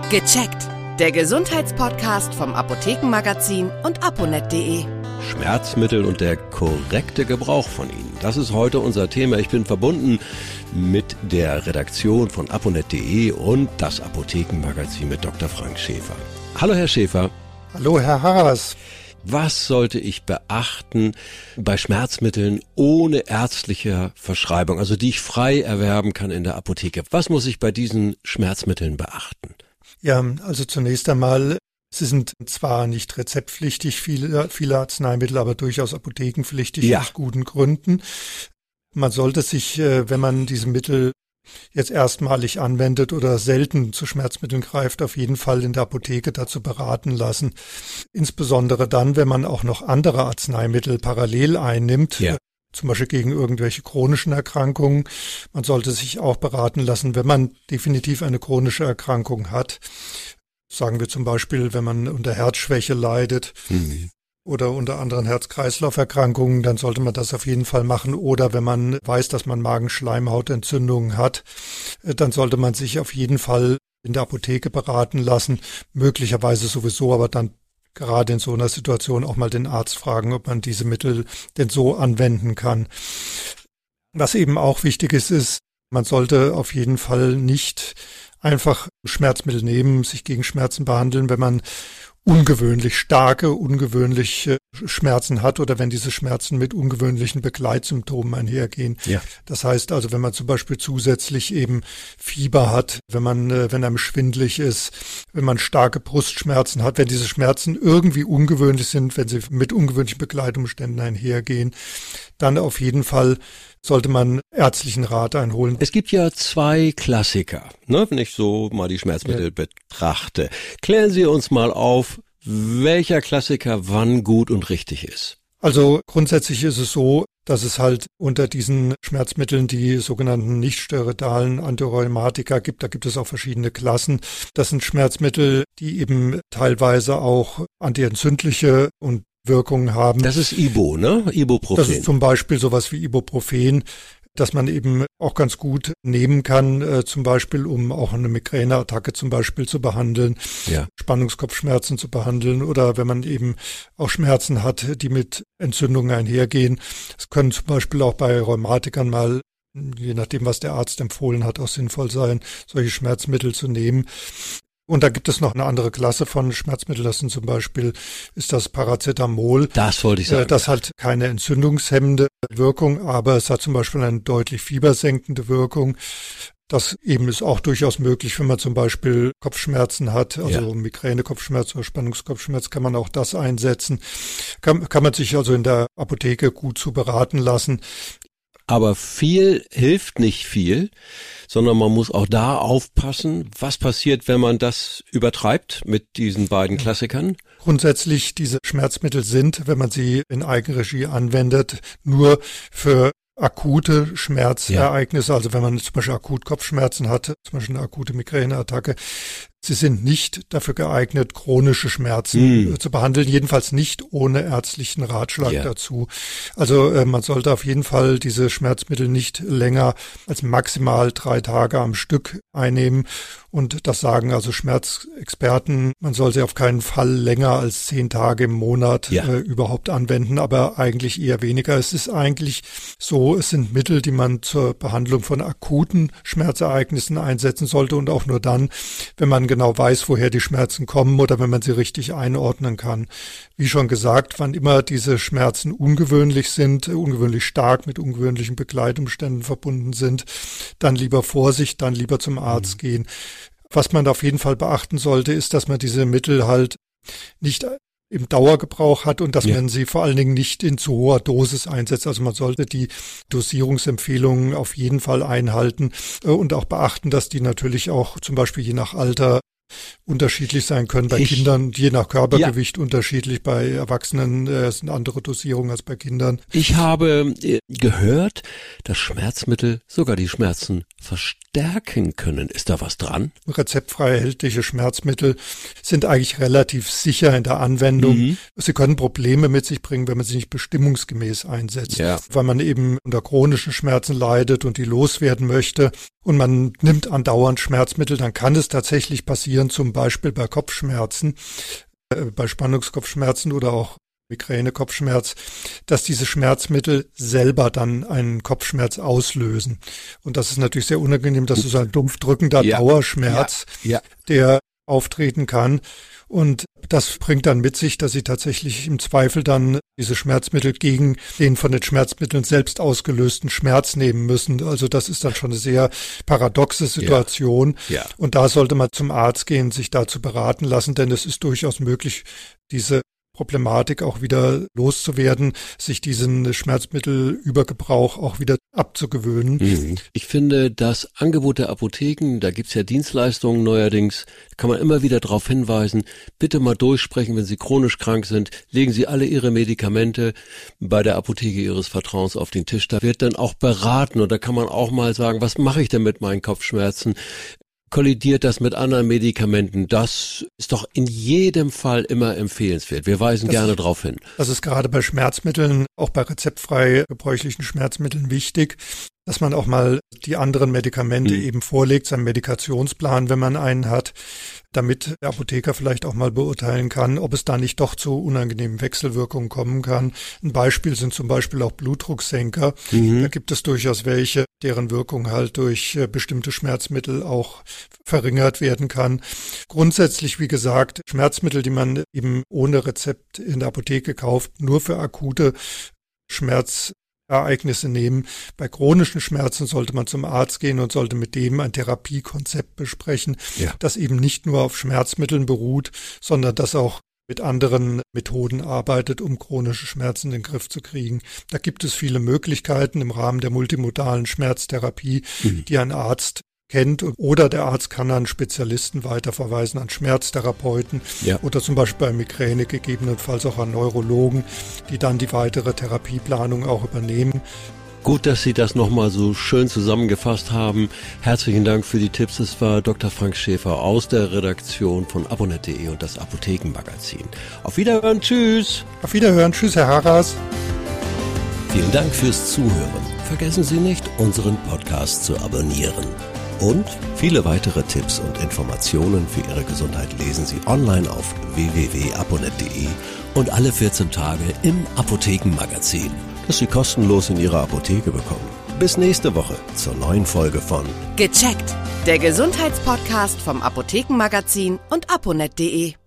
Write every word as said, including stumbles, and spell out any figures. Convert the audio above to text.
Gecheckt. Der Gesundheitspodcast vom Apothekenmagazin und aponet punkt de. Schmerzmittel und der korrekte Gebrauch von ihnen. Das ist heute unser Thema. Ich bin verbunden mit der Redaktion von aponet punkt de und das Apothekenmagazin mit Doktor Frank Schäfer. Hallo Herr Schäfer. Hallo Herr Haas. Was sollte ich beachten bei Schmerzmitteln ohne ärztliche Verschreibung, also die ich frei erwerben kann in der Apotheke? Was muss ich bei diesen Schmerzmitteln beachten? Ja, also zunächst einmal, sie sind zwar nicht rezeptpflichtig, viele, viele Arzneimittel, aber durchaus apothekenpflichtig, ja. Aus guten Gründen. Man sollte sich, wenn man diese Mittel jetzt erstmalig anwendet oder selten zu Schmerzmitteln greift, auf jeden Fall in der Apotheke dazu beraten lassen. Insbesondere dann, wenn man auch noch andere Arzneimittel parallel einnimmt, ja. zum Beispiel gegen irgendwelche chronischen Erkrankungen. Man sollte sich auch beraten lassen, wenn man definitiv eine chronische Erkrankung hat. Sagen wir zum Beispiel, wenn man unter Herzschwäche leidet. Mhm. Oder unter anderen Herz-Kreislauf-Erkrankungen, dann sollte man das auf jeden Fall machen. Oder wenn man weiß, dass man Magenschleimhautentzündungen hat, dann sollte man sich auf jeden Fall in der Apotheke beraten lassen. Möglicherweise sowieso, aber dann gerade in so einer Situation auch mal den Arzt fragen, ob man diese Mittel denn so anwenden kann. Was eben auch wichtig ist, ist, man sollte auf jeden Fall nicht einfach Schmerzmittel nehmen, sich gegen Schmerzen behandeln, wenn man ungewöhnlich starke, ungewöhnliche Schmerzen hat oder wenn diese Schmerzen mit ungewöhnlichen Begleitsymptomen einhergehen. Ja. Das heißt also, wenn man zum Beispiel zusätzlich eben Fieber hat, wenn man, wenn einem schwindelig ist, wenn man starke Brustschmerzen hat, wenn diese Schmerzen irgendwie ungewöhnlich sind, wenn sie mit ungewöhnlichen Begleitumständen einhergehen, dann auf jeden Fall sollte man ärztlichen Rat einholen. Es gibt ja zwei Klassiker, ne, wenn ich so mal die Schmerzmittel ja. betrachte. Klären Sie uns mal auf, welcher Klassiker wann gut und richtig ist. Also grundsätzlich ist es so, dass es halt unter diesen Schmerzmitteln die sogenannten nicht-steroidalen Antirheumatika gibt. Da gibt es auch verschiedene Klassen. Das sind Schmerzmittel, die eben teilweise auch antientzündliche und Wirkungen haben. Das ist Ibo, ne? Ibuprofen. Das ist zum Beispiel sowas wie Ibuprofen, das man eben auch ganz gut nehmen kann, äh, zum Beispiel, um auch eine Migräneattacke zum Beispiel zu behandeln, ja. Spannungskopfschmerzen zu behandeln oder wenn man eben auch Schmerzen hat, die mit Entzündungen einhergehen. Es können zum Beispiel auch bei Rheumatikern mal, je nachdem, was der Arzt empfohlen hat, auch sinnvoll sein, solche Schmerzmittel zu nehmen. Und da gibt es noch eine andere Klasse von Schmerzmitteln, das sind zum Beispiel, ist das Paracetamol. Das wollte ich sagen. Das hat keine entzündungshemmende Wirkung, aber es hat zum Beispiel eine deutlich fiebersenkende Wirkung. Das eben ist auch durchaus möglich, wenn man zum Beispiel Kopfschmerzen hat, also ja. Migräne, Kopfschmerz oder Spannungskopfschmerz, kann man auch das einsetzen. Kann, kann man sich also in der Apotheke gut zu beraten lassen. Aber viel hilft nicht viel, sondern man muss auch da aufpassen, was passiert, wenn man das übertreibt mit diesen beiden Klassikern. Grundsätzlich, diese Schmerzmittel sind, wenn man sie in Eigenregie anwendet, nur für akute Schmerzereignisse, ja. Also wenn man zum Beispiel akut Kopfschmerzen hat, zum Beispiel eine akute Migräneattacke. Sie sind nicht dafür geeignet, chronische Schmerzen mm. zu behandeln, jedenfalls nicht ohne ärztlichen Ratschlag yeah. dazu. Also äh, man sollte auf jeden Fall diese Schmerzmittel nicht länger als maximal drei Tage am Stück einnehmen. Und das sagen also Schmerzexperten, man soll sie auf keinen Fall länger als zehn Tage im Monat ja. äh, überhaupt anwenden, aber eigentlich eher weniger. Es ist eigentlich so, es sind Mittel, die man zur Behandlung von akuten Schmerzereignissen einsetzen sollte und auch nur dann, wenn man genau weiß, woher die Schmerzen kommen oder wenn man sie richtig einordnen kann. Wie schon gesagt, wann immer diese Schmerzen ungewöhnlich sind, ungewöhnlich stark mit ungewöhnlichen Begleitumständen verbunden sind, dann lieber Vorsicht, dann lieber zum Arzt mhm. gehen. Was man auf jeden Fall beachten sollte, ist, dass man diese Mittel halt nicht im Dauergebrauch hat und dass ja. man sie vor allen Dingen nicht in zu hoher Dosis einsetzt. Also man sollte die Dosierungsempfehlungen auf jeden Fall einhalten und auch beachten, dass die natürlich auch zum Beispiel je nach Alter unterschiedlich sein können. Bei ich, Kindern je nach Körpergewicht ja. unterschiedlich, bei Erwachsenen äh, sind andere Dosierungen als bei Kindern. Ich habe äh, gehört, dass Schmerzmittel sogar die Schmerzen verstärken können. Ist da was dran? Rezeptfrei erhältliche Schmerzmittel sind eigentlich relativ sicher in der Anwendung. Mhm. Sie können Probleme mit sich bringen, wenn man sie nicht bestimmungsgemäß einsetzt, ja. weil man eben unter chronischen Schmerzen leidet und die loswerden möchte. und man nimmt andauernd Schmerzmittel, dann kann es tatsächlich passieren, zum Beispiel bei Kopfschmerzen, äh, bei Spannungskopfschmerzen oder auch Migräne-Kopfschmerz, dass diese Schmerzmittel selber dann einen Kopfschmerz auslösen. Und das ist natürlich sehr unangenehm, das ist so ein dumpf drückender ja. Dauerschmerz, ja. Ja. der auftreten kann. Und das bringt dann mit sich, dass sie tatsächlich im Zweifel dann diese Schmerzmittel gegen den von den Schmerzmitteln selbst ausgelösten Schmerz nehmen müssen. Also das ist dann schon eine sehr paradoxe Situation. Ja. Ja. Und da sollte man zum Arzt gehen, sich dazu beraten lassen, denn es ist durchaus möglich, diese Problematik auch wieder loszuwerden, sich diesen Schmerzmittelübergebrauch auch wieder abzugewöhnen. Mhm. Ich finde, das Angebot der Apotheken, da gibt's ja Dienstleistungen neuerdings, kann man immer wieder darauf hinweisen, bitte mal durchsprechen, wenn Sie chronisch krank sind, legen Sie alle Ihre Medikamente bei der Apotheke Ihres Vertrauens auf den Tisch. Da wird dann auch beraten und da kann man auch mal sagen, was mache ich denn mit meinen Kopfschmerzen? Kollidiert das mit anderen Medikamenten? Das ist doch in jedem Fall immer empfehlenswert. Wir weisen das gerne darauf hin. Das ist gerade bei Schmerzmitteln, auch bei rezeptfrei gebräuchlichen Schmerzmitteln wichtig, dass man auch mal die anderen Medikamente mhm. eben vorlegt, seinen Medikationsplan, wenn man einen hat, damit der Apotheker vielleicht auch mal beurteilen kann, ob es da nicht doch zu unangenehmen Wechselwirkungen kommen kann. Ein Beispiel sind zum Beispiel auch Blutdrucksenker. Mhm. Da gibt es durchaus welche, deren Wirkung halt durch bestimmte Schmerzmittel auch verringert werden kann. Grundsätzlich, wie gesagt, Schmerzmittel, die man eben ohne Rezept in der Apotheke kauft, nur für akute Schmerz Ereignisse nehmen. Bei chronischen Schmerzen sollte man zum Arzt gehen und sollte mit dem ein Therapiekonzept besprechen, ja. das eben nicht nur auf Schmerzmitteln beruht, sondern das auch mit anderen Methoden arbeitet, um chronische Schmerzen in den Griff zu kriegen. Da gibt es viele Möglichkeiten im Rahmen der multimodalen Schmerztherapie, mhm. die ein Arzt kennt, oder der Arzt kann an Spezialisten weiterverweisen, an Schmerztherapeuten ja. oder zum Beispiel bei Migräne gegebenenfalls auch an Neurologen, die dann die weitere Therapieplanung auch übernehmen. Gut, dass Sie das nochmal so schön zusammengefasst haben. Herzlichen Dank für die Tipps. Es war Doktor Frank Schäfer aus der Redaktion von aponet punkt de und das Apothekenmagazin. Auf Wiederhören, tschüss. Auf Wiederhören, tschüss, Herr Harras. Vielen Dank fürs Zuhören. Vergessen Sie nicht, unseren Podcast zu abonnieren. Und viele weitere Tipps und Informationen für Ihre Gesundheit lesen Sie online auf w w w punkt aponet punkt de und alle vierzehn Tage im Apothekenmagazin, das Sie kostenlos in Ihrer Apotheke bekommen. Bis nächste Woche zur neuen Folge von Gecheckt, der Gesundheitspodcast vom Apothekenmagazin und aponet punkt de.